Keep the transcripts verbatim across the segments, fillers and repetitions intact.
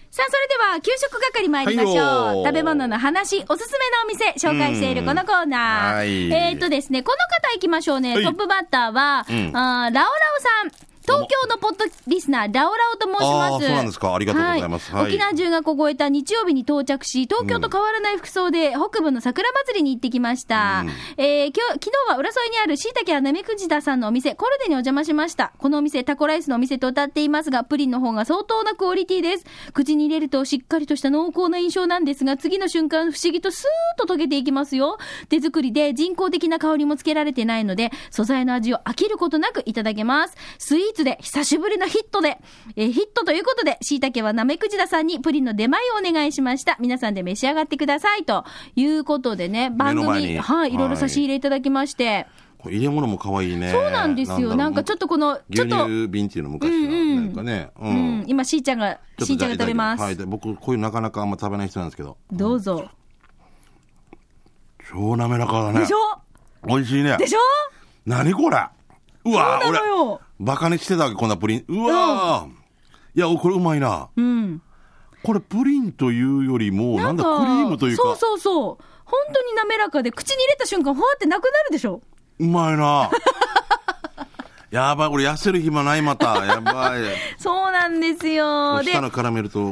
さあ、それでは給食係参りましょう。 はいよー。 食べ物の話、おすすめのお店紹介しているこのコーナー。 はい、 えーっとですね、この方行きましょうね。 はい、 トップバッターは、うん、あーラオラオさん。東京のポッドリスナーラオラオと申します。 あ、そうなんですか。ありがとうございます、 はいはい、沖縄中が凍えた日曜日に到着し、東京と変わらない服装で北部の桜祭りに行ってきました、うんえー、今日昨日は浦添にあるしいたけなめくじださんのお店コルデにお邪魔しました。このお店タコライスのお店と歌っていますが、プリンの方が相当なクオリティです。口に入れるとしっかりとした濃厚な印象なんですが、次の瞬間不思議とスーッと溶けていきますよ。手作りで人工的な香りもつけられてないので、素材の味を飽きることなくいただけます。スイーツで久しぶりのヒットで、えー、ヒットということで、しいたけはなめくじださんにプリンの出前をお願いしました。皆さんで召し上がってくださいということでね、番組はい、いろいろ差し入れいただきまして、 これ入れ物も可愛いね。 そうなんですよ。なんかちょっとこのちょっと牛乳瓶っていうの昔のなんかね、うんうんうん、 今しーちゃんがしーちゃんが食べます。 はい、で僕こういうなかなかあんま食べない人なんですけど、 どうぞ。 超滑らかだね。 でしょ。 美味しいね。 でしょ。 何これ。うわー、 そうなのよ。 バカにしてたわけこんなプリン。うわー、うん、いやこれうまいな、 うん、 これプリンというよりもなんだクリームというか、 そうそうそう、本当に滑らかで口に入れた瞬間ふわってなくなるでしょ。 うまいなやばい、これ痩せる暇ないまたやばいそうなんですよ。 で下のカラメルと、うん、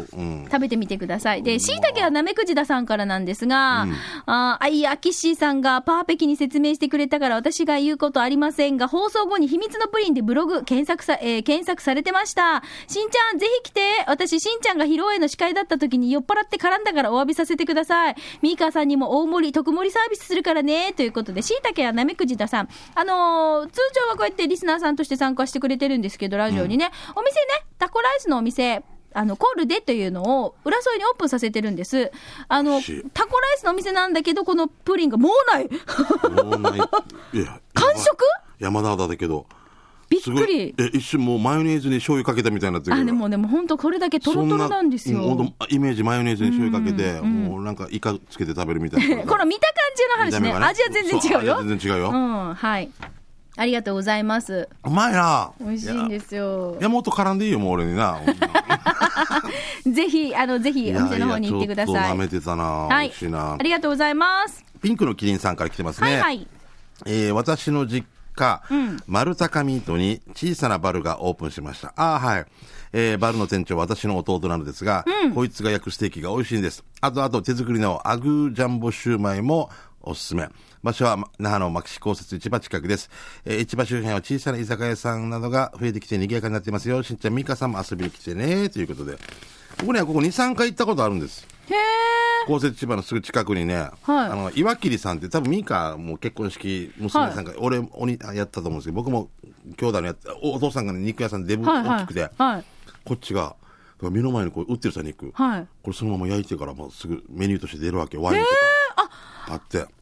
食べてみてください。で、しいたけはなめくじださんからなんですが、うん、ああいやキッシーさんがパーペキに説明してくれたから私が言うことありませんが、放送後に秘密のプリンでブログ検索さ、えー、検索されてました。しんちゃんぜひ来て。私しんちゃんが披露宴の司会だった時に酔っ払って絡んだからお詫びさせてください。ミーカーさんにも大盛り特盛りサービスするからねということで、しいたけはなめくじださん、あのー、通常はこうやってリスナーさんとして参加してくれてるんですけど、ラジオにね、うん、お店ね、タコライスのお店、あのコールデというのを浦添にオープンさせてるんです。あのタコライスのお店なんだけど、このプリンがもうないもうない。いや完食山田だけどびっくり。 え一瞬もうマヨネーズに醤油かけたみたいになってる。 あでもでも本当これだけトロトロなんですよ。 本当イメージマヨネーズに醤油かけて、うんうん、もうなんかイカつけて食べるみたいなこの見た感じの話ね、ね味は全然違うよ。 味は全然違うよ、 うん、はい、ありがとうございます。 うまいな。 美味しいんですよ。 いやもっと絡んでいいよもう俺になぜひあのぜひお店の方に行ってください。いやいやちょっと舐めてたな、 はい、美味しいな。ありがとうございます。 ピンクのキリンさんから来てますね。 はいはい、 えー、私の実家、うん、丸高ミートに小さなバルがオープンしました。あはい、えー、バルの店長は私の弟なのですが、うん、こいつが焼くステーキが美味しいんです。あとあと手作りのアグージャンボシューマイもおすすめ。場所は那覇の牧師公設市場近くです。えー、市場周辺は小さな居酒屋さんなどが増えてきて賑やかになっていますよ。しんちゃんミカさんも遊びに来てねということで、ここにはここ に,さん 回行ったことあるんです。 へー。 公設市場のすぐ近くにね、はい、あの岩切さんって多分ミカも結婚式娘さんが、はい、俺おにやったと思うんですけど、僕も兄弟のやったお父さんが、ね、肉屋さんでデブ大きくて、はいはい、こっちが目の前にこう売ってるさ肉、はい、これそのまま焼いてからもうすぐメニューとして出るわけ。ワインとかあってはい、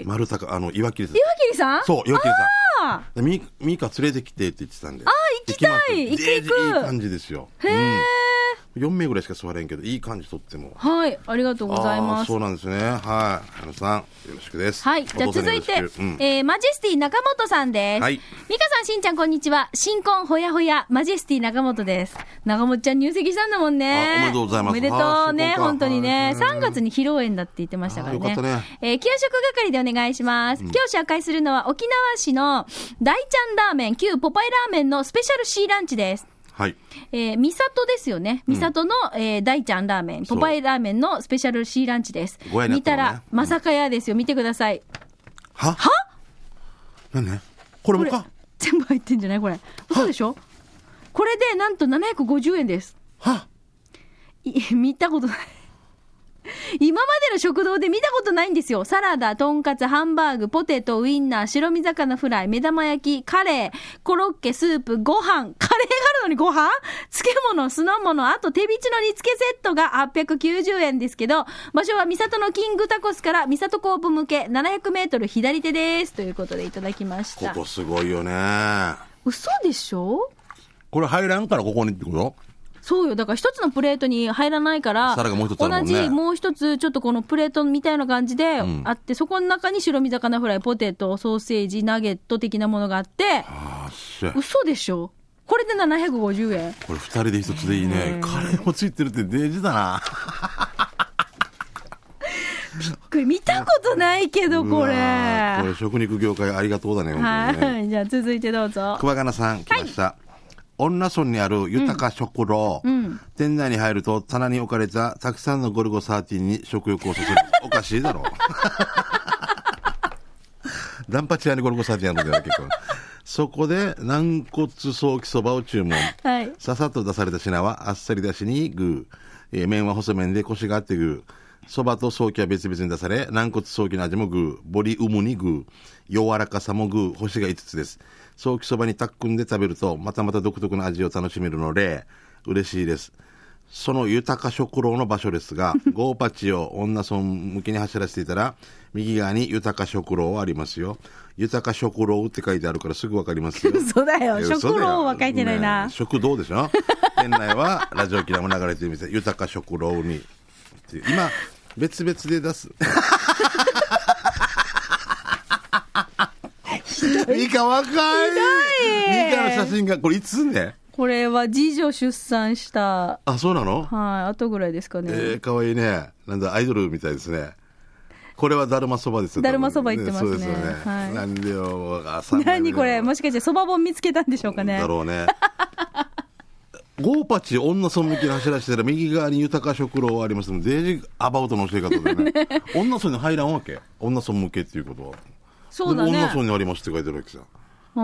丸高あの岩切さん岩切さんそう岩切さんミカ連れてきてって言ってたんで、 あ行きたい行く行くいい感じですよ。 へー、 うん、よん名ぐらいしか座れんけどいい感じとっても。 はい、ありがとうございます。 そうなんですね。はい、花さんよろしくです。 はい、じゃあ続いて、うん、えー、マジェスティ中本さんです。はい、ミカさんしんちゃんこんにちは。新婚ほやほやマジェスティ中本です。中本ちゃん入籍したんだもんね。 おめでとうございます。 おめでとうね、本当にね。さんがつに披露宴だって言ってましたからね。 よかったね。 えー、給食係でお願いします、うん、今日紹介するのは沖縄市の大ちゃんラーメン旧ポパイラーメンのスペシャル C ランチです。 はい、 えー、三郷ですよね。三郷の、うん、えー、大ちゃんラーメンポパイラーメンのスペシャル C ランチです。 ね、 見たらまさかやですよ。見てください。 はは何ねこれもか全部入ってんじゃないこれ。嘘でしょ。これでなんとななひゃくごじゅうえんです。はい見たことない今までの食堂で見たことないんですよ。サラダ、とんかつ、ハンバーグ、ポテト、ウインナー、白身魚フライ、目玉焼き、カレー、コロッケ、スープ、ご飯、カレーがあるのにご飯、漬物、酢の物、あと手びちの煮付けセットがはっぴゃくきゅうじゅうえんですけど、場所は三郷のキングタコスから三郷コープ向けななひゃくメートル左手ですということでいただきました。 ここすごいよね。 嘘でしょ。 これ入らんからここにってこと？ そうよ。だから一つのプレートに入らないから皿がもう一つあるもんね。 同じもう一つちょっとこのプレートみたいな感じであって、うん、そこの中に白身魚フライ、ポテト、ソーセージ、ナゲット的なものがあって、 あ嘘でしょ。 これでななひゃくごじゅうえん。 これふたりでひとつでいいね。カレーもついてるってデジだな。 これ見たことないけど、これ。 これ食肉業界ありがとうだね、本当にね。 はい。じゃあ続いてどうぞ。 桑名さん来ました。はい、恩納村にある豊か食堂、うんうん、店内に入ると棚に置かれたたくさんのゴルゴじゅうさんに食欲をそそる。おかしいだろう。ダンパチ屋にゴルゴじゅうさんやるんだよ、結構。そこで軟骨ソーキそばを注文、はい、ささっと出された品はあっさりだしにグー、えー、麺は細麺でコシがあってグー、そばとソーキは別々に出され、軟骨ソーキの味もグー、ボリウムにグー、柔らかさもグー、星がいつつです。ソーキそばにタックンで食べるとまたまた独特の味を楽しめるので嬉しいです。その豊か食堂の場所ですがゴーパチを女村向けに走らせていたら右側に豊か食堂ありますよ。豊か食堂って書いてあるからすぐわかりますよ。 嘘だよ、食堂は書いてないな、 ね、食堂でしょ。店内はラジオキラも流れてる店豊か食堂に今別々で出す。ミカ若い。ミカの写真がこれいつね。 これは次女出産した。 あ、そうなの？ はい、後ぐらいですかね。 えー、かわいいね。なんだアイドルみたいですね。これはだるまそばですよ。 だるまそば言ってますね。 そうですよね。はい、なんでよ。 何これ、もしかしてそば本見つけたんでしょうかね。 だろうね。ゴーパチ女村向きに走らせてたら右側に豊か食堂ありますので、デージアバウトの教え方でね。ね、女村に入らんわけ。女村向けっていうことは。 そうだね。 女村にありますって書いてるわけさ。 うん。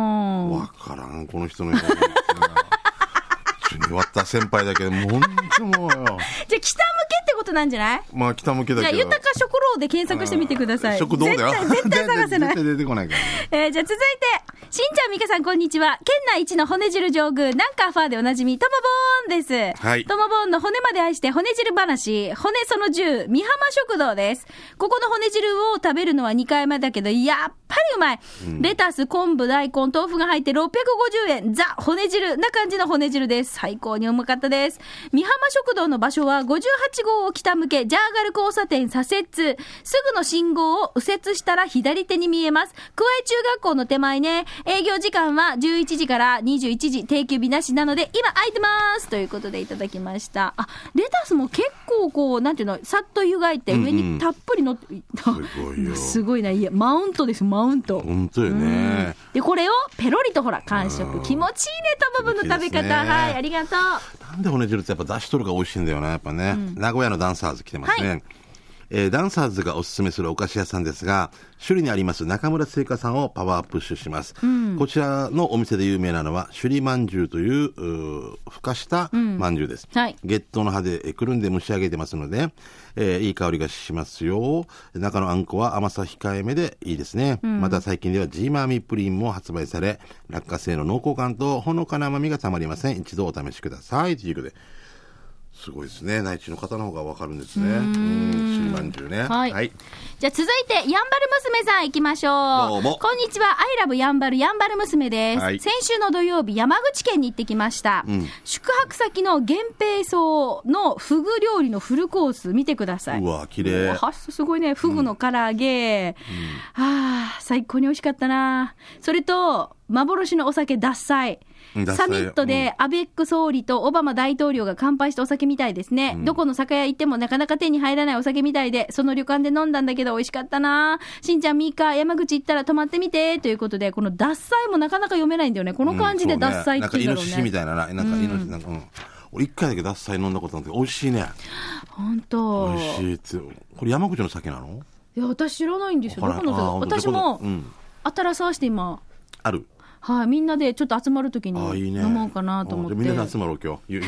わからん、この人のように。終わった先輩だけど、もう本当もうよ。じゃあ北向けってことなんじゃない？ まあ北向けだけど。 じゃあ豊か食堂で検索してみてください。 食堂だよ。 絶対、絶対探せない。 絶対出てこないから、ね。 えー、じゃあ続いて、しんちゃんみかさんこんにちは。県内一の骨汁上宮、ナンカーファーでおなじみ、ともぼーんです。はい。ともぼーんの骨まで愛して骨汁話、骨そのじゅう、美浜食堂です。ここの骨汁を食べるのはにかいめだけど、やっぱりうまい。うん、レタス、昆布、大根、豆腐が入ってろっぴゃくごじゅうえん。ザ・骨汁な感じの骨汁です。最高にうまかったです。美浜食堂の場所はごじゅうはちごうを北向け、ジャーガル交差点左折。すぐの信号を右折したら左手に見えます。桑江中学校の手前ね。営業時間はじゅういちじからにじゅういちじ、定休日なしなので今空いてますということでいただきました。あ、レタスも結構こうなんていうの、さっと湯がいて上にたっぷりのって、うんうん、すごいよ。すごいな。いや、マウントです、マウント。 本当よね。 でこれをペロリとほら完食。気持ちいいね、トムブの食べ方、ね、はい、ありがとう。 なんで骨汁ってやっぱ出しとるから美味しいんだよね、やっぱね、うん、名古屋のダンサーズ来てますね、はい。えー、ダンサーズがおすすめするお菓子屋さんですが、首里にあります中村製菓さんをパワーアップします、うん、こちらのお店で有名なのは首里まんじゅうという、うふかしたまんじゅうです、うん、はい、月桃の葉でくるんで蒸し上げてますので、えー、いい香りがしますよ。中のあんこは甘さ控えめでいいですね、うん、また最近ではジーマーミプリンも発売され、落花生の濃厚感とほのかな甘みがたまりません。一度お試しくださいということで、すごいですね。内地の方の方がわかるんですね。うん、まんじゅうね。 はい。はい、じゃあ続いて、やんばる娘さん行きましょう。 どうも。 こんにちは。アイラブやんばるやんばる娘です。はい、先週の土曜日、山口県に行ってきました。うん、宿泊先の源平荘のフグ料理のフルコース見てください。 うわ、綺麗。 すごいね。フグの唐揚げ。うん、ああ、最高に美味しかったな。それと、幻のお酒、獺祭。サミットでアベック総理とオバマ大統領が乾杯したお酒みたいですね、うん、どこの酒屋行ってもなかなか手に入らないお酒みたいで、その旅館で飲んだんだけど美味しかったな。しんちゃんミカ山口行ったら泊まってみてということで、この獺祭もなかなか読めないんだよね。この漢字で獺祭っていうんだろうね、うん、 なんかイノシシみたいな、なんかイノシシなんか、うん、俺一回だけ獺祭飲んだことなんて美味しいね。 本当美味しいって。これ山口の酒なの？ いや私知らないんですよ。どこの酒？私もあたらさして今ある。 はい、みんなでちょっと集まるときに飲もうかなと思って。 みんなで集まろう今日。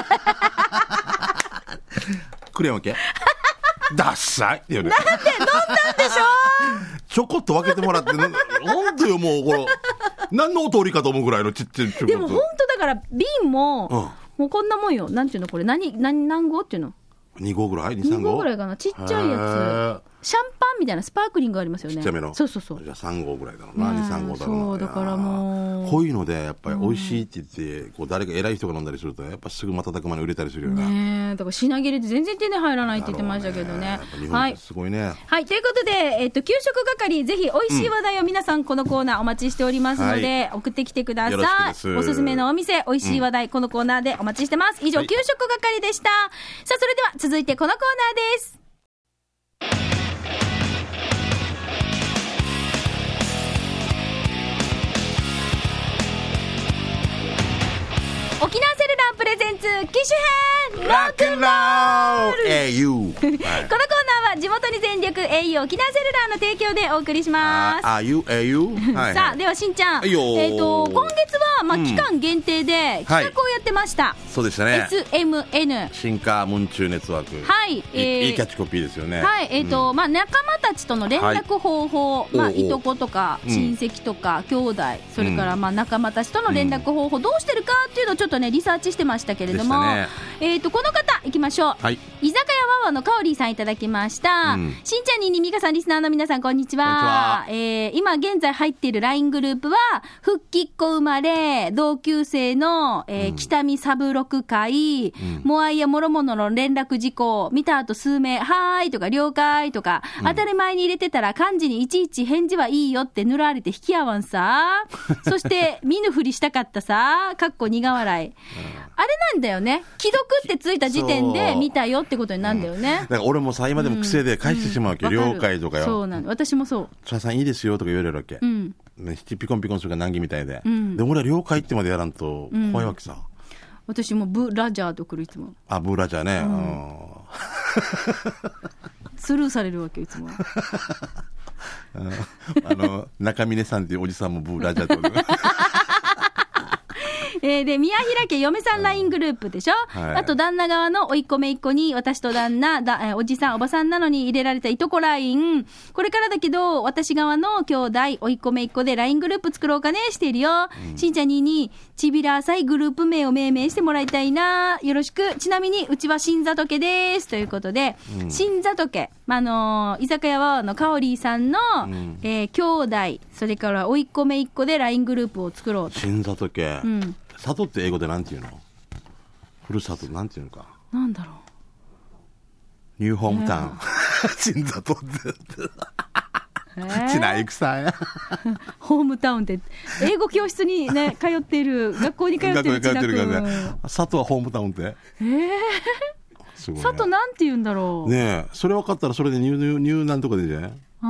クレヨンけダッサイって言うね。 なんで飲んだんでしょちょこっと分けてもらって、本当よもうこの何のお通りかと思うぐらいのちっちゃい。 でも本当だから瓶も、うん、もうこんなもんよ。なんていうのこれ何何何号っていうの？ にごうぐらい ?に、さんに号ごうぐらいかな。ちっちゃいやつ。シャンパンみたいなスパークリングありますよね。 ちっちゃめの。 そうそうそう。 じゃあさん号ぐらいだろうな。に、さん号だろうな。 そう、だからもう。 こういうので、やっぱり美味しいって言って、こう誰か偉い人が飲んだりすると、やっぱすぐ瞬く間に売れたりするよな。 ねえ、だから品切れで全然手に入らないって言ってましたけどね。 はい。すごいね。 はい、ということで、えっと、給食係、ぜひ美味しい話題を皆さんこのコーナーお待ちしておりますので、送ってきてください。おすすめのお店、美味しい話題、このコーナーでお待ちしてます。以上、給食係でした。さあ、それでは続いてこのコーナーです。沖縄セルラープレゼンツ機種編ロックンロール エーユー、はい、このコーナーは地元に全力 エーユー 沖縄セルラーの提供でお送りします。 あー エーユー、はい、 さあではしんちゃん、 いいよえー、と今月は、まあ、期間限定で企画をやってました、 はい、そうでしたね。 エスエムエヌ新カームンチューネットワーク、 はい、えー、 いいキャッチコピーですよね。 はい、えーと、うん、まあ、仲間たちとの連絡方法、はい、まあ、いとことか親戚とか、うん、兄弟、それからまあ仲間たちとの連絡方法、うん、どうしてるかっていうのをちょっとねリサーチしてましたけれども、ね、えーとこの方いきましょう、はい、居酒屋わわのかおりーさんいただきました、うん、しんちゃんににみかさんリスナーの皆さんこんにちは。こんにちは。えー、今現在入っている ライン グループは復帰っ子生まれ同級生の、えーうん、北見サブロク会、うん、モアイやもろものの連絡事項見た後数名はーいとか了解とか、うん、当たり前に入れてたら漢字にいちいち返事はいいよって塗られて引き合わんさそして見ぬふりしたかったさかっこ苦笑い、うん、あれなんだよね、既読ってついた時点で見たよってことになるんだよね、うん、だから俺もさ今でも癖で返してしまうわけ、うん、了解とかよ。 そうなんだ、私もそう。 津田さんいいですよとか言われるわけ、うんね、ピコンピコンするから難儀みたいで、うん、で俺は了解ってまでやらんと怖いわけさ、うん、 私もブラジャーと来るいつも。 あ、ブラジャーね、うん、 スルーされるわけいつもあの中峰さんっていうおじさんもブラジャーと来るえー、で宮平家嫁さん ライン グループでしょ、はい、あと旦那側のおいっ子めいっ子に私と旦那だ、えー、おじさんおばさんなのに入れられたいとこ ライン、 これからだけど私側の兄弟おいっ子めいっ子で ライン グループ作ろうかねしているよ、うん、しんちゃんににちびら浅いグループ名を命名してもらいたいな、よろしく。ちなみにうちは新里家ですということで、うん、新里家、まあのー、居酒屋わのかおりーさんの、うん、えー、兄弟それからおいっ子めいっ子で ライン グループを作ろうと。 新里家、うん、里って英語でなんていうの？ふるさとなんていうのか。 なんだろう。ニューホームタウン。新里って。ちないくさや。 ホームタウンって英語教室にね通っている学校に通っているちなく。 里はホームタウンって。 えー、すごいね。里なんて言うんだろう。 ねえ、それ分かったらそれでニューニューニューなんとかでいいんじゃない？うん、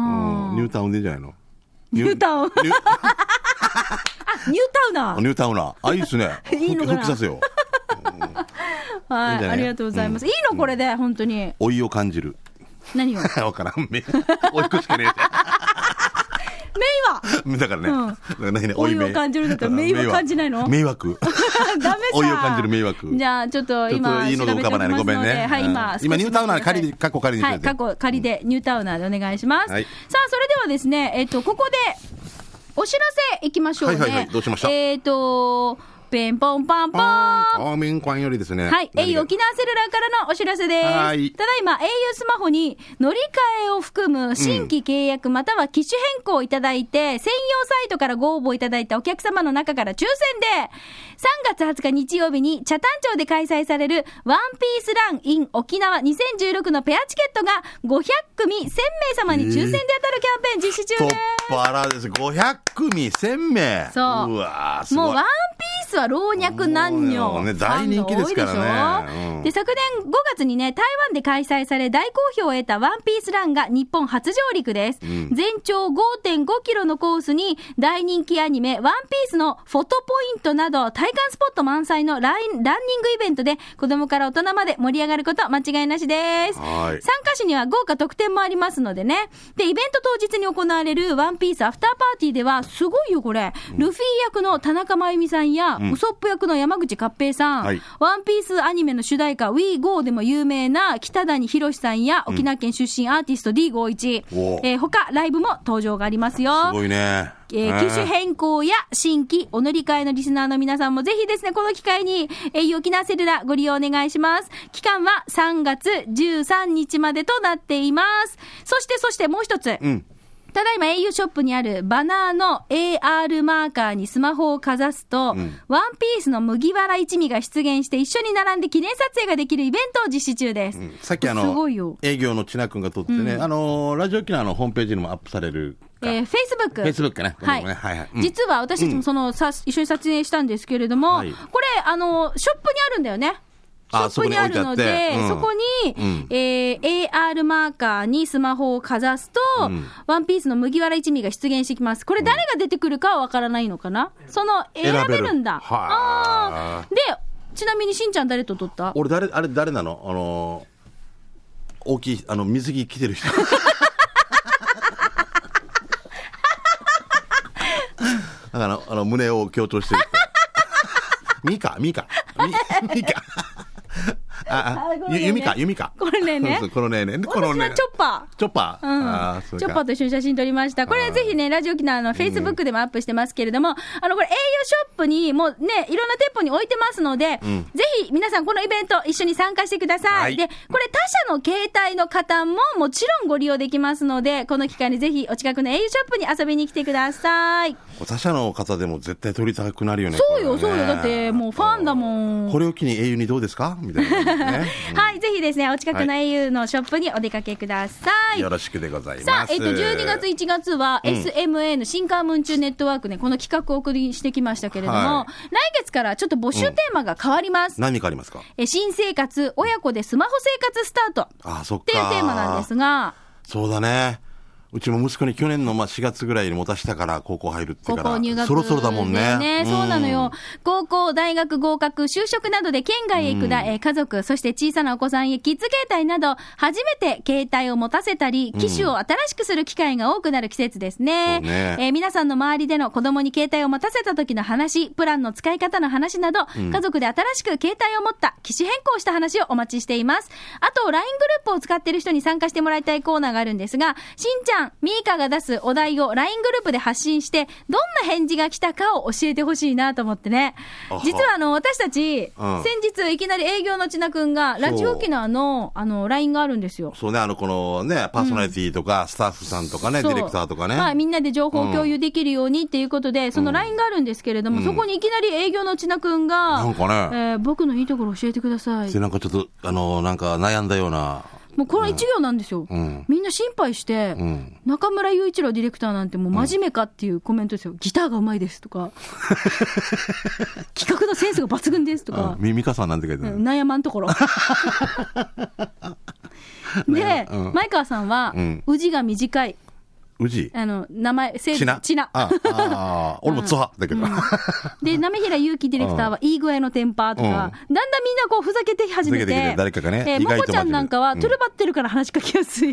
ニュータウンでいいんじゃないの？ ニュータウン。ニュータウナー。 ニュータウナー。あ、いいですね。 いいのかな。 復帰させよう。はい、いいありがとうございます。うん、いいのこれで、本当に。 老いを感じる。 何をわからん。め、おいくしかねえ。 名はだからね。 うん、何ね、老いを感じるんだったら、名は感じないの？ 迷惑。 ダメさ。 老いを感じる迷惑。 じゃあ、ちょっと今、 いいのが浮かばないね。ごめんね。 はい、今、 今、ニュータウナー仮で、過去仮に。 はい、過去仮で、ニュータウナーでお願いします。はい、さあ、それではですね、えっと、ここで、お知らせいきましょうね。 はいはいはい、どうしました？ えっと、ペンポンパンポン。アーメンコンよりですね。 はい。エーユー 沖縄セルラーからのお知らせです。はい。ただいま エーユー スマホに乗り換えを含む新規契約または機種変更をいただいて、うん、専用サイトからご応募いただいたお客様の中から抽選で、さんがつはつか日曜日に北谷町で開催されるワンピースラン in 沖縄にせんじゅうろくのペアチケットがごひゃくくみせんめい様に抽選で当たるキャンペーン実施中です。 トッパラです。ごひゃくくみせんめい。 そう。 うわーすごい。 もうワンピースは老若男女、 ね、大人気ですからね、 うん、で昨年ごがつにね台湾で開催され大好評を得たワンピースランが日本初上陸です、うん、全長 ごてんごキロのコースに大人気アニメワンピースのフォトポイントなど体感スポット満載のラインランニングイベントで子供から大人まで盛り上がること間違いなしです。はい、参加者には豪華特典もありますのでね。でイベント当日に行われるワンピースアフターパーティーではすごいよこれ、うん、ルフィ役の田中真由美さんや、うん、ウソップ役の山口勝平さん、はい、ワンピースアニメの主題歌 We Go でも有名な北谷宏さんや沖縄県出身アーティスト ディーごじゅういち、うん、えー、他ライブも登場がありますよ。 すごいね。 えー、機種変更や新規お乗り換えのリスナーの皆さんもぜひですね、この機会に エーユー 沖縄セルラーご利用お願いします。期間はさんがつじゅうさんにちまでとなっています。そしてそしてもう一つ、うん、ただいま エーユー ショップにあるバナーの エーアール マーカーにスマホをかざすと、うん、ワンピースの麦わら一味が出現して一緒に並んで記念撮影ができるイベントを実施中です。うん、 さっきあの営業の千奈君が撮ってね、うん、あのラジオ沖縄のホームページにもアップされる。 えー、Facebook。 Facebook ね。 はい。はいはい、うん、実は私たちもその、さ、うん、一緒に撮影したんですけれども、はい、これ、あの、ショップにあるんだよね。ショップにあるので、そこに、うん、えー、エーアール マーカーにスマホをかざすと、うん、ワンピースの麦わら一味が出現してきます。これ誰が出てくるかはわからないのかな、うん、その、選べるんだ。あで、ちなみにしんちゃん誰と撮った？ 俺誰、あれ誰なの？あのー、大きい、あの、水着着てる人。あの、あの胸を強調してる。ミカ、ミカ、ミ、ミカ。ああ、ユミカ、ユミカ。 これねね。 このねね。 このね。チョッパー。チョッパー。 うん。あチョッパーと一緒に写真撮りました。これぜひね、ラジオ沖縄のフェイスブックでもアップしてますけれども、うん、あの、これ エーユー ショップにもうね、いろんな店舗に置いてますので、うん、ぜひ皆さんこのイベント一緒に参加してください。はい、で、これ他社の携帯の方ももちろんご利用できますので、この機会にぜひお近くの エーユー ショップに遊びに来てください。 他社の方でも絶対撮りたくなるよね。 そうよ、そうよ。だってもうファンだもん。 これを機に エーユー にどうですかみたいな、ね。 うん、はい、ぜひですね、お近くの エーユー のショップにお出かけください。はい、 よろしくでございます。 さあ、えっと、じゅうにがつ、いちがつは エスエムエー の新カームンチューネットワークね、この企画をお送りしてきましたけれども、はい、来月からちょっと募集テーマが変わります。 うん、何変わりますか？ え、新生活、親子でスマホ生活スタート。 あ、そっか。 っていうテーマなんですが。 そうだね。うちも息子に去年のまあしがつぐらいに持たしたから高校入るってから高校入学、ね、 そろそろだもんね。 ね、そうなのよ。高校、大学合格、就職などで県外へ行くだ、えー、家族、そして小さなお子さんへキッズ携帯など、初めて携帯を持たせたり、機種を新しくする機会が多くなる季節ですね。そうね、えー、皆さんの周りでの子供に携帯を持たせた時の話、プランの使い方の話など、うん、家族で新しく携帯を持った機種変更した話をお待ちしています。あと、ライン グループを使っている人に参加してもらいたいコーナーがあるんですが、しんちゃん、みーかが出すお題を ライン グループで発信して、どんな返事が来たかを教えてほしいなと思ってね。実はあの、私たち、うん、先日いきなり営業のちなくんが、ラジオ沖縄のあの、ライン があるんですよ。 そうね、あの、このね、パーソナリティとか、スタッフさんとかね、うん、ディレクターとかね。 まあ、みんなで情報を共有できるようにっていうことで、うん、その ライン があるんですけれども、うん、そこにいきなり営業のちなくんが、 なんかね、 えー、僕のいいところ教えてください。 なんかちょっと、あの、なんか悩んだような。 もうこの一行なんですよ、うん、みんな心配して、うん、中村雄一郎ディレクターなんてもう真面目かっていうコメントですよ。ギターがうまいですとか企画のセンスが抜群ですとか、 ミミカさんなんて書いてある、 悩まんところで、うん、前川さんは、うん、宇治が短い、 宇治あの名前せちなちなああ俺もツハだけど、うん、 でなめひらゆうきディレクターはいい具合のテンパーとか、うん、だんだんみんなこうふざけて始めて、て誰かがね、 えー、もこちゃんなんかは、うん、トゥルバってるから話しかけやすい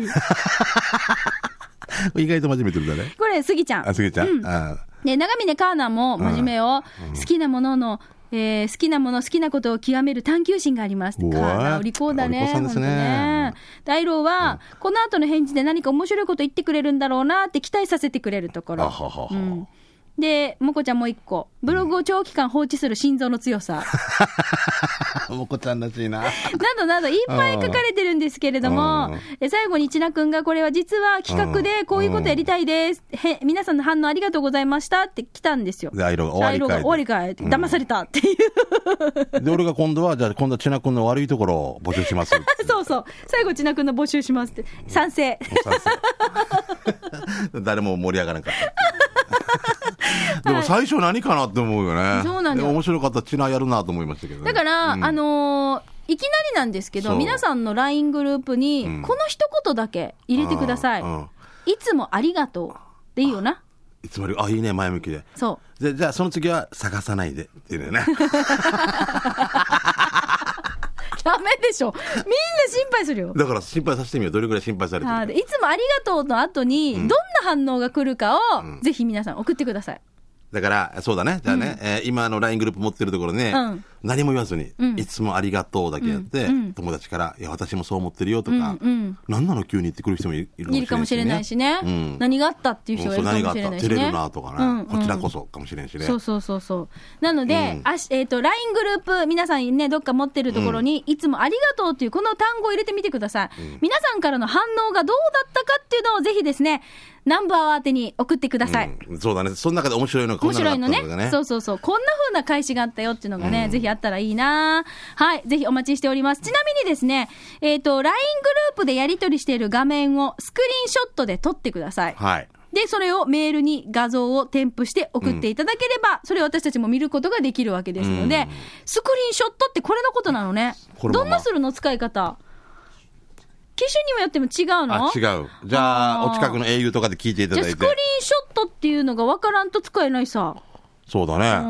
意外と真面目てるだね。 これスギちゃん、 あスギちゃん、うん、 あで長峰カーナも真面目よ、うん、好きなもののえー、好きなもの好きなことを極める探求心があります。カーナお利口だね。 お利口さんですね。 大郎は、うん、この後の返事で何か面白いこと言ってくれるんだろうなって期待させてくれるところ。 あははは、うん、 でもこちゃんもう一個、ブログを長期間放置する心臓の強さ、 うん、もこちゃんらしいななどなどいっぱい書かれてるんですけれども、で最後にちなくんがこれは実は企画でこういうことやりたいです、へ皆さんの反応ありがとうございましたって来たんですよ。 でアイロが終わりかい、 終わりかいって騙されたっていう、 うん、で俺が今度はじゃあ今度はちなくんの悪いところを募集しますそうそう、最後ちなくんの募集しますって賛成賛成誰も盛り上がらなかったでも最初何かなって思うよね。 そうなんだよ。 面白かったチナやるなと思いましたけど、ね、 だから、うん、あのー、いきなりなんですけど皆さんの ライン グループに、うん、この一言だけ入れてください、うんうん、いつもありがとうでいいよな。 いつもありあいいね、前向きで。 そうでじゃあその次は探さないでっていうねダメでしょ、みんな心配するよ。 だから心配させてみよう、どれくらい心配されてるか。 いつもありがとうの後にどんな反応が来るかを、うん、ぜひ皆さん送ってください。 だから、そうだね。じゃあね、うん、えー、今の ライン グループ持ってるところね、うん、何も言わずに、うん、いつもありがとうだけやって、うん、友達から、いや、私もそう思ってるよとか、うんうん、何なの急に言ってくる人もいるかもしれないしね。いるかもしれないしね。うん、何があったっていう人がいるかもしれないしね。何があった、照れるなとかね、うんうん、こちらこそかもしれないしね。そうそうそうそう。なので、うん、あしえっと、ライン グループ、皆さんね、どっか持ってるところに、うん、いつもありがとうっていうこの単語を入れてみてください。うん、皆さんからの反応がどうだったかっていうのをぜひですね、ナンバー宛てに送ってください、うん、そうだね。その中で面白いのがこんなのがあったのがね。面白いのね。そうそうそう。こんな風な返しがあったよっていうのがね、うん、ぜひあったらいいな。はい。ぜひお待ちしております。ちなみにですね、えっと、ライン グループでやり取りしている画面をスクリーンショットで撮ってください。はい。で、それをメールに画像を添付して送っていただければ、うん、それを私たちも見ることができるわけですので、うん、スクリーンショットってこれのことなのね。どんなするの使い方。機種にもよっても違うの？あ、違う。じゃあ、お近くの エーユー とかで聞いていただいて。じゃあ、スクリーンショットっていうのが分からんと使えないさ。そうだね。うん、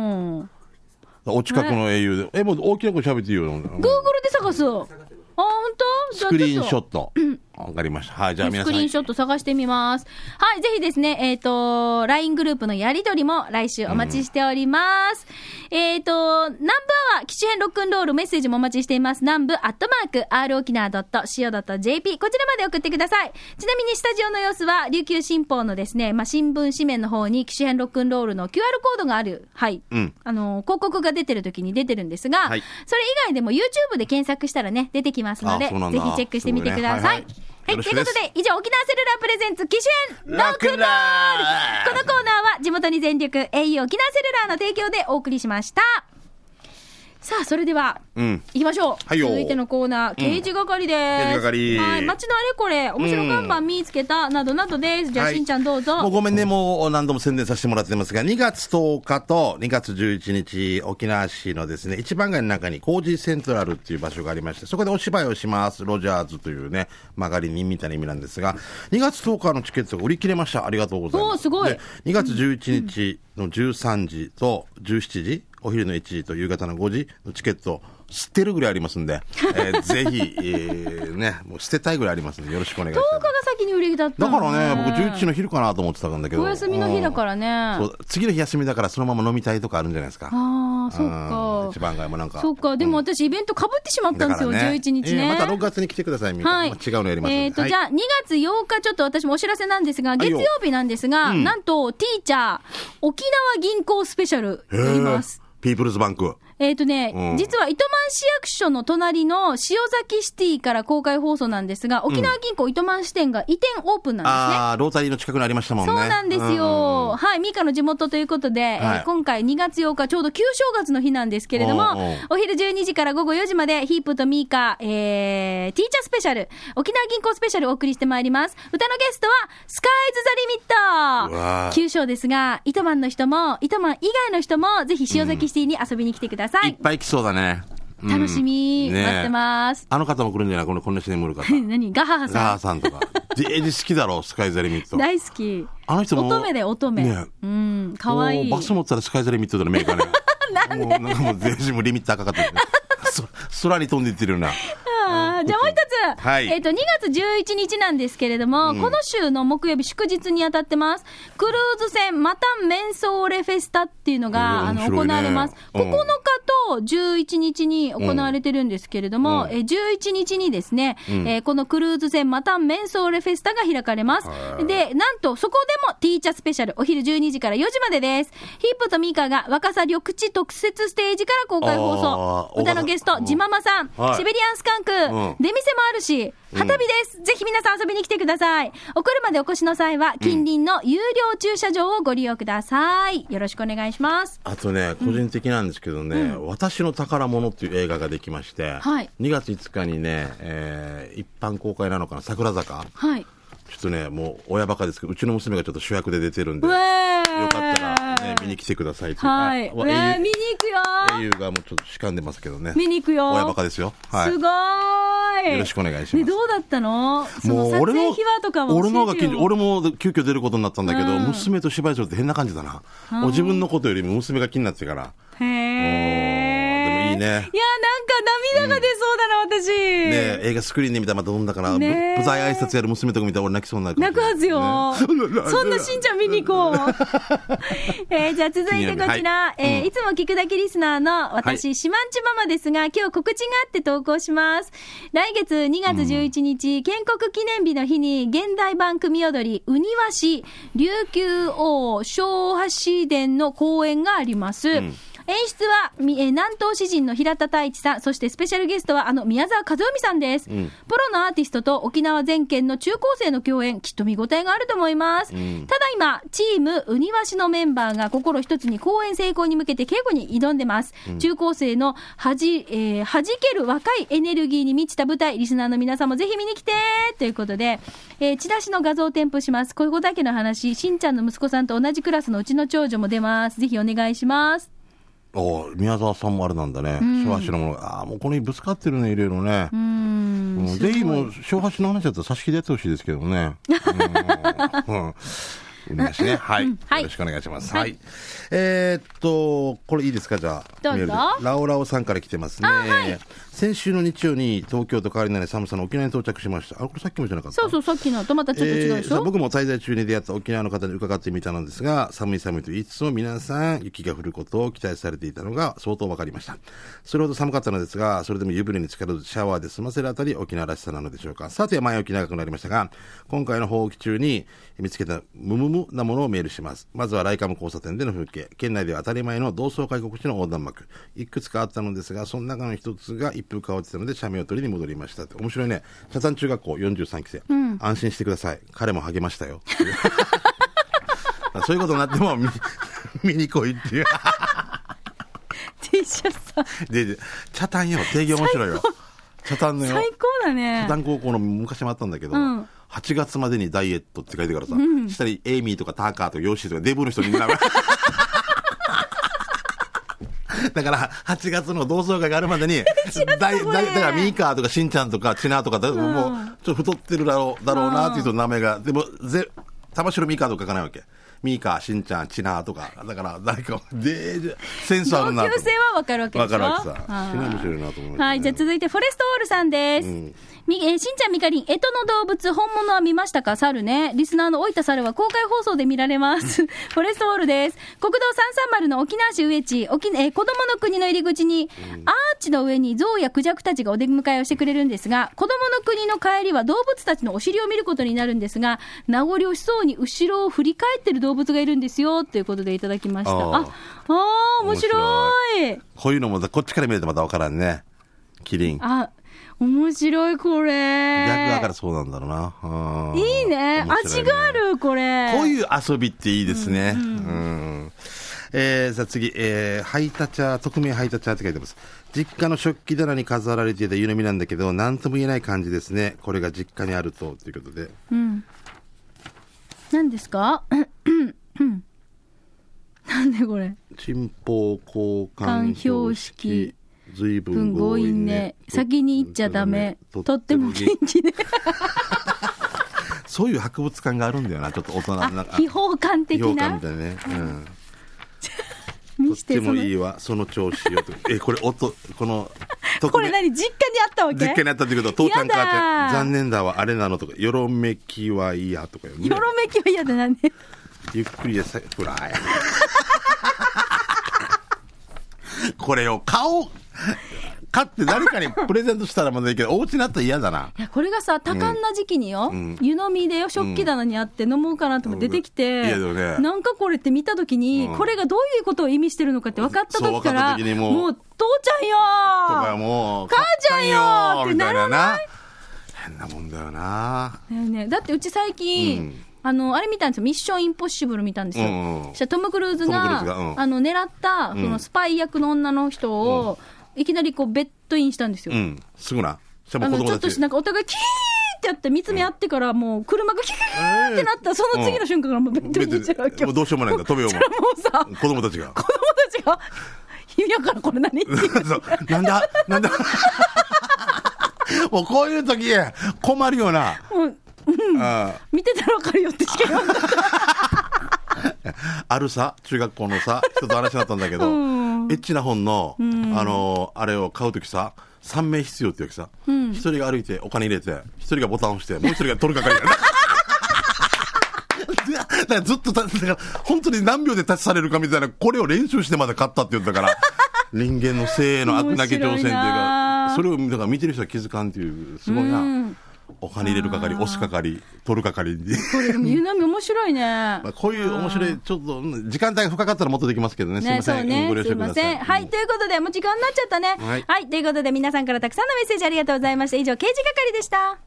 お近くの エーユー で。ね、え、もう大きな声喋っていいよ。Google で探す。あ、本当？スクリーンショット。わかりました。はい、じゃあ皆さん。スクリーンショット探してみます。はい、ぜひですね、えっと、ライン グループのやり取りも来週お待ちしております。うん、えっと、南部は機種編ロックンロールメッセージもお待ちしています。南部アットマーク アール 沖縄 シーオー ドット ジェーピー こちらまで送ってください。ちなみにスタジオの様子は琉球新報のですね、まあ、新聞紙面の方に機種編ロックンロールの キューアール コードがある、はい、うん、あの広告が出てる時に出てるんですが、はい、それ以外でも YouTube で検索したらね出てきますので、ぜひチェックしてみてください。はい、ということで、以上、沖縄セルラープレゼンツ機種編ロックンロール。このコーナーは、地元に全力、エーユー 沖縄セルラーの提供でお送りしました。さあ、それでは、うん、行きましょう。はいよ。続いてのコーナー、刑事係です。刑事係。はい。街のあれこれ、面白看板見つけた、などなどです。じゃあ、はい、しんちゃんどうぞ。もうごめんね、もう何度も宣伝させてもらってますが、にがつとおかとにがつじゅういちにち、沖縄市のですね、一番街の中に、コージーセントラルっていう場所がありまして、そこでお芝居をします。ロジャーズというね、曲がり人みたいな意味なんですが、にがつとおかのチケットが売り切れました。ありがとうございます。おー、すごい。にがつじゅういちにちのじゅうさんじとじゅうしちじ、お昼のいちじと夕方のごじのチケット、捨てるぐらいありますんで、えー、ぜひ、えー、ね、もう捨てたいぐらいありますんで、よろしくお願いします。とおかが先に売りだったのね。だからね、僕じゅういちにちの昼かなと思ってたんだけど。お休みの日だからね。そう、次の日休みだからそのまま飲みたいとかあるんじゃないですか。ああ、そうか。一番街もなんか。そうか、でも私イベント被ってしまったんですよ、ね、じゅういちにちね。えー、またろくがつに来てください、みたいな。はい、違うのやりますんで。えーと、はい、じゃあにがつようか、ちょっと私もお知らせなんですが、月曜日なんですが、うん、なんと、ティーチャー、沖縄銀行スペシャルやります。ピープルズバンク。えっとね、うん、実は糸満市役所の隣の塩崎シティから公開放送なんですが、沖縄銀行糸満支店が移転オープンなんですね。ああ、ロータリーの近くにありましたもんね。そうなんですよ。はい、ミカの地元ということで、はい、えー、今回にがつようか、ちょうど旧正月の日なんですけれども、お, お, お昼じゅうにじからごごよじまで、ヒープとミカ、えー、ティーチャースペシャル、沖縄銀行スペシャルをお送りしてまいります。歌のゲストは、スカイズ・ザ・リミット。旧正ですが、糸満の人も、糸満以外の人も、ぜひ塩崎シティに遊びに来てください。うん、いっぱい来そうだね。楽しみ、うんね、待ってます。あの方も来るんじゃない？このこんな人にも来る方。何？ガハハさん。ガハハさんとか。デージ好きだろ、スカイザリミット。大好き。あの人も。乙女で乙女。ね、うん、かわいい。バス持ったらスカイザリミットだね、メーカーね。なんで？もうなんかもう全身もリミッターかかってる、ね。空に飛んでいってるような。あ、じゃあもう一つ、はい、えーと、にがつじゅういちにちなんですけれども、うん、この週の木曜日祝日に当たってます。クルーズ船マタンメンソーレフェスタっていうのが、えーね、あの行われます。ここのかとじゅういちにちに行われてるんですけれども、うん、えじゅういちにちにですね、うん、えー、このクルーズ船マタンメンソーレフェスタが開かれます。で、なんとそこでもティーチャースペシャル、お昼じゅうにじからよじまでです。ヒップとミカが若狭緑地特設ステージから公開放送。歌のゲスト、ジママさん、はい、シベリアンスカンク、うん、出店もあるし、旗日です、うん、ぜひ皆さん遊びに来てください。お車でお越しの際は近隣の有料駐車場をご利用ください。よろしくお願いします。あとね、個人的なんですけどね、うん、私の宝物っていう映画ができまして、はい、にがついつかにね、えー、一般公開なのかな、桜坂、はい、ちょっとね、もう親バカですけど、うちの娘がちょっと主役で出てるんで、よかったら、ね、見に来てくださいって。はい。見に行くよ。英雄がもうちょっとしかんでますけどね。見に行くよ。親バカですよ。はい。すごーい。よろしくお願いします。ね、どうだったの？その撮影秘話とかも教えてよ。俺のが俺も急遽出ることになったんだけど、うん、娘と芝居するって変な感じだな。もう自分のことよりも娘が気になってから。へー。でもいいね。いや、なんか涙が出そうだな、 かしい。 ね映画スクリーンで見たらまたどんだから、 ね舞台挨拶やる娘とか見たら俺泣きそうになる。 泣くはずよ。ね、そんなしんちゃん見に行こう。えー、じゃあ続いてこちら、はいえーうん、いつも聞くだけリスナーの私、はい、しまんちママですが、今日告知があって投稿します。来月にがつじゅういちにち、うん、建国記念日の日に現代版組踊り、うにわし、琉球王小橋殿の公演があります。うん演出は、えー、南東詩人の平田太一さん、そしてスペシャルゲストはあの宮沢和臣さんです、うん、プロのアーティストと沖縄全県の中高生の共演、きっと見応えがあると思います、うん、ただ今チームうにわしのメンバーが心一つに公演成功に向けて稽古に挑んでます、うん、中高生のはじ、えー、弾ける若いエネルギーに満ちた舞台、リスナーの皆さんもぜひ見に来てということで、えー、チラシの画像を添付します。ここだけの話、しんちゃんの息子さんと同じクラスのうちの長女も出ます。ぜひお願いします。 お宮沢さんもあれなんだね、小橋のもの、ああ、もうこの日ぶつかってるね、いろいろね、うんうん、ぜひもう、小橋の話だったら差し切りやってほしいですけどね。うんうんお願いしね。はい、うんはい。よろしくお願いします。はい。はい、えー、っと、これいいですか、じゃあ。 どうぞ。 ラオラオさんから来てますね。はい、先週の日曜に東京と変わりない寒さの沖縄に到着しました。あ、これさっきもじゃなかった？ そうそう、さっきのとまたちょっと違うでしょ、 えー、僕も滞在中に出会った沖縄の方に伺ってみたのですが、寒い寒いと言いつつも皆さん雪が降ることを期待されていたのが相当わかりました。それほど寒かったのですが、それでも湯船に浸からずシャワーで済ませるあたり沖縄らしさなのでしょうか。さて、前置き長くなりましたが、今回の放棄中に見つけたムムムなものをメールします。まずはライカム交差点での風景。県内では当たり前の同窓会告知の横断幕。いくつかあったのですが、その中の一つが一風変わってたので、写メを取りに戻りました。面白いね。北谷中学校よんじゅうさんきせい、うん。安心してください。彼も励ましたよ。そういうことになっても見、見に来いっていう。 T シャツさ。 で、北谷よ。定義面白いよ。北谷のよ。 最高だね。 北谷高校の昔もあったんだけど、うんはちがつまでにダイエットって書いてからさ、うん、下にエイミーとかターカーとかヨッシーとかデブの人に名前だからはちがつの同窓会があるまでにだいだからミーカーとかしんちゃんとかチナとか、うん、もうちょっと太ってるだろうだろうなっていう人の名前がでもぜ玉城ミーカーとか書かないわけ。ミーカー、しんちゃん、チナとかだから誰かでセンスあるなと。 同級生は分かるわけでしょ。 分かるわけさ。面白いなと思います、ね。 はい、じゃあ続いてフォレストオールさんです。うんみえー、しんちゃんみかりん、干支の動物、本物は見ましたか？猿ね。リスナーの老いた猿は公開放送で見られます。フォレストオールです。国道さんさんまるの沖縄市上地、沖えー、子供の国の入り口に、うん、アーチの上に象やクジャクたちがお出迎えをしてくれるんですが、子供の国の帰りは動物たちのお尻を見ることになるんですが、名残惜しそうに後ろを振り返ってる動物がいるんですよ、ということでいただきました。あ、ああ、面白い。 こういうのもこっちから見るとまたわからんね。キリン。 あ面白いこれ。 逆だからそうなんだろうな。 いいね。味があるこれ。 こういう遊びっていいですね。うん、うんうんえー、さあ次、えー、ハイタチャー、匿名ハイタチャーって書いてます。実家の食器棚に飾られていた湯飲みなんだけど、なんとも言えない感じですね。これが実家にあるとということで。 うん。何ですか？なんでこれ？ 珍宝交換標識。ずいぶん強引ね。 先に行っちゃダメ。とっても元気で。 そういう博物館があるんだよな。ちょっと大人な。 秘宝館的な。 秘宝館みたいなね。うん。とってもいいわ。その調子よと。え、これ音この。 これ何実家にあったわけ？ 実家にあったってことは父ちゃん母ちゃん残念だわあれなのとかよろめきは嫌とかよね。 よろめきは嫌だなんで。 ゆっくりでさほら。これよ顔。買って誰かにプレゼントしたらまだいいけどお家になったら嫌だな。 いやこれがさ多感な時期によ、うん、湯飲みでよ食器棚にあって飲もうかなとも出てきて、うんね、なんかこれって見た時に、うん、これがどういうことを意味してるのかって分かった時から、うん、もう、もう父ちゃんよーとかもう母ちゃんよーってならない？ 変なもんだよな、 ねえねえ、だってうち最近、うんあのあれ見たんですよ。ミッションインポッシブル見たんですよ、うんうん、したトム・クルーズ が, が、うん、あの狙った、うん、そのスパイ役の女の人を、うん、いきなりこうベッドインしたんですよ、 うん、すぐなあのちょっとなんかお互いキーってやって見つめ合ってからもう車がキーってなった、うん、その次の瞬間からもうベッドインしちゃうわけよ、 もうどうしようもないんだ飛べようもうさ子供たちが子供たちが意味やからこれ何ってなんだなんだもうこういう時困るよな、うんうん、あ見てたら分かるよってしか言わなかったあるさ中学校のさ人と話になったんだけど、うん、エッチな本の、うん、あのあれを買うときささんめい必要っていうわけさ。 うん、 ひとりが歩いてお金入れて、ひとりがボタンを押して、もうひとりが取る係や。だからずっと、だから本当に何秒でタッチされるかみたいな、これを練習してまで買ったって言ったから、人間の性の悪なき挑戦っていうか、それをだから見てる人は気づかんっていう、すごいな。うん、お金入れる係、押す係、取る係に。 これでも、ゆなみ面白いね。 まあこういう面白い、ちょっと、時間帯が深かったらもっとできますけどね。すいません。 ね、 ご了承ください。 すいません。はい、ということで、もう時間になっちゃったね。はい。はい、ということで、皆さんからたくさんのメッセージありがとうございました。以上、刑事係でした。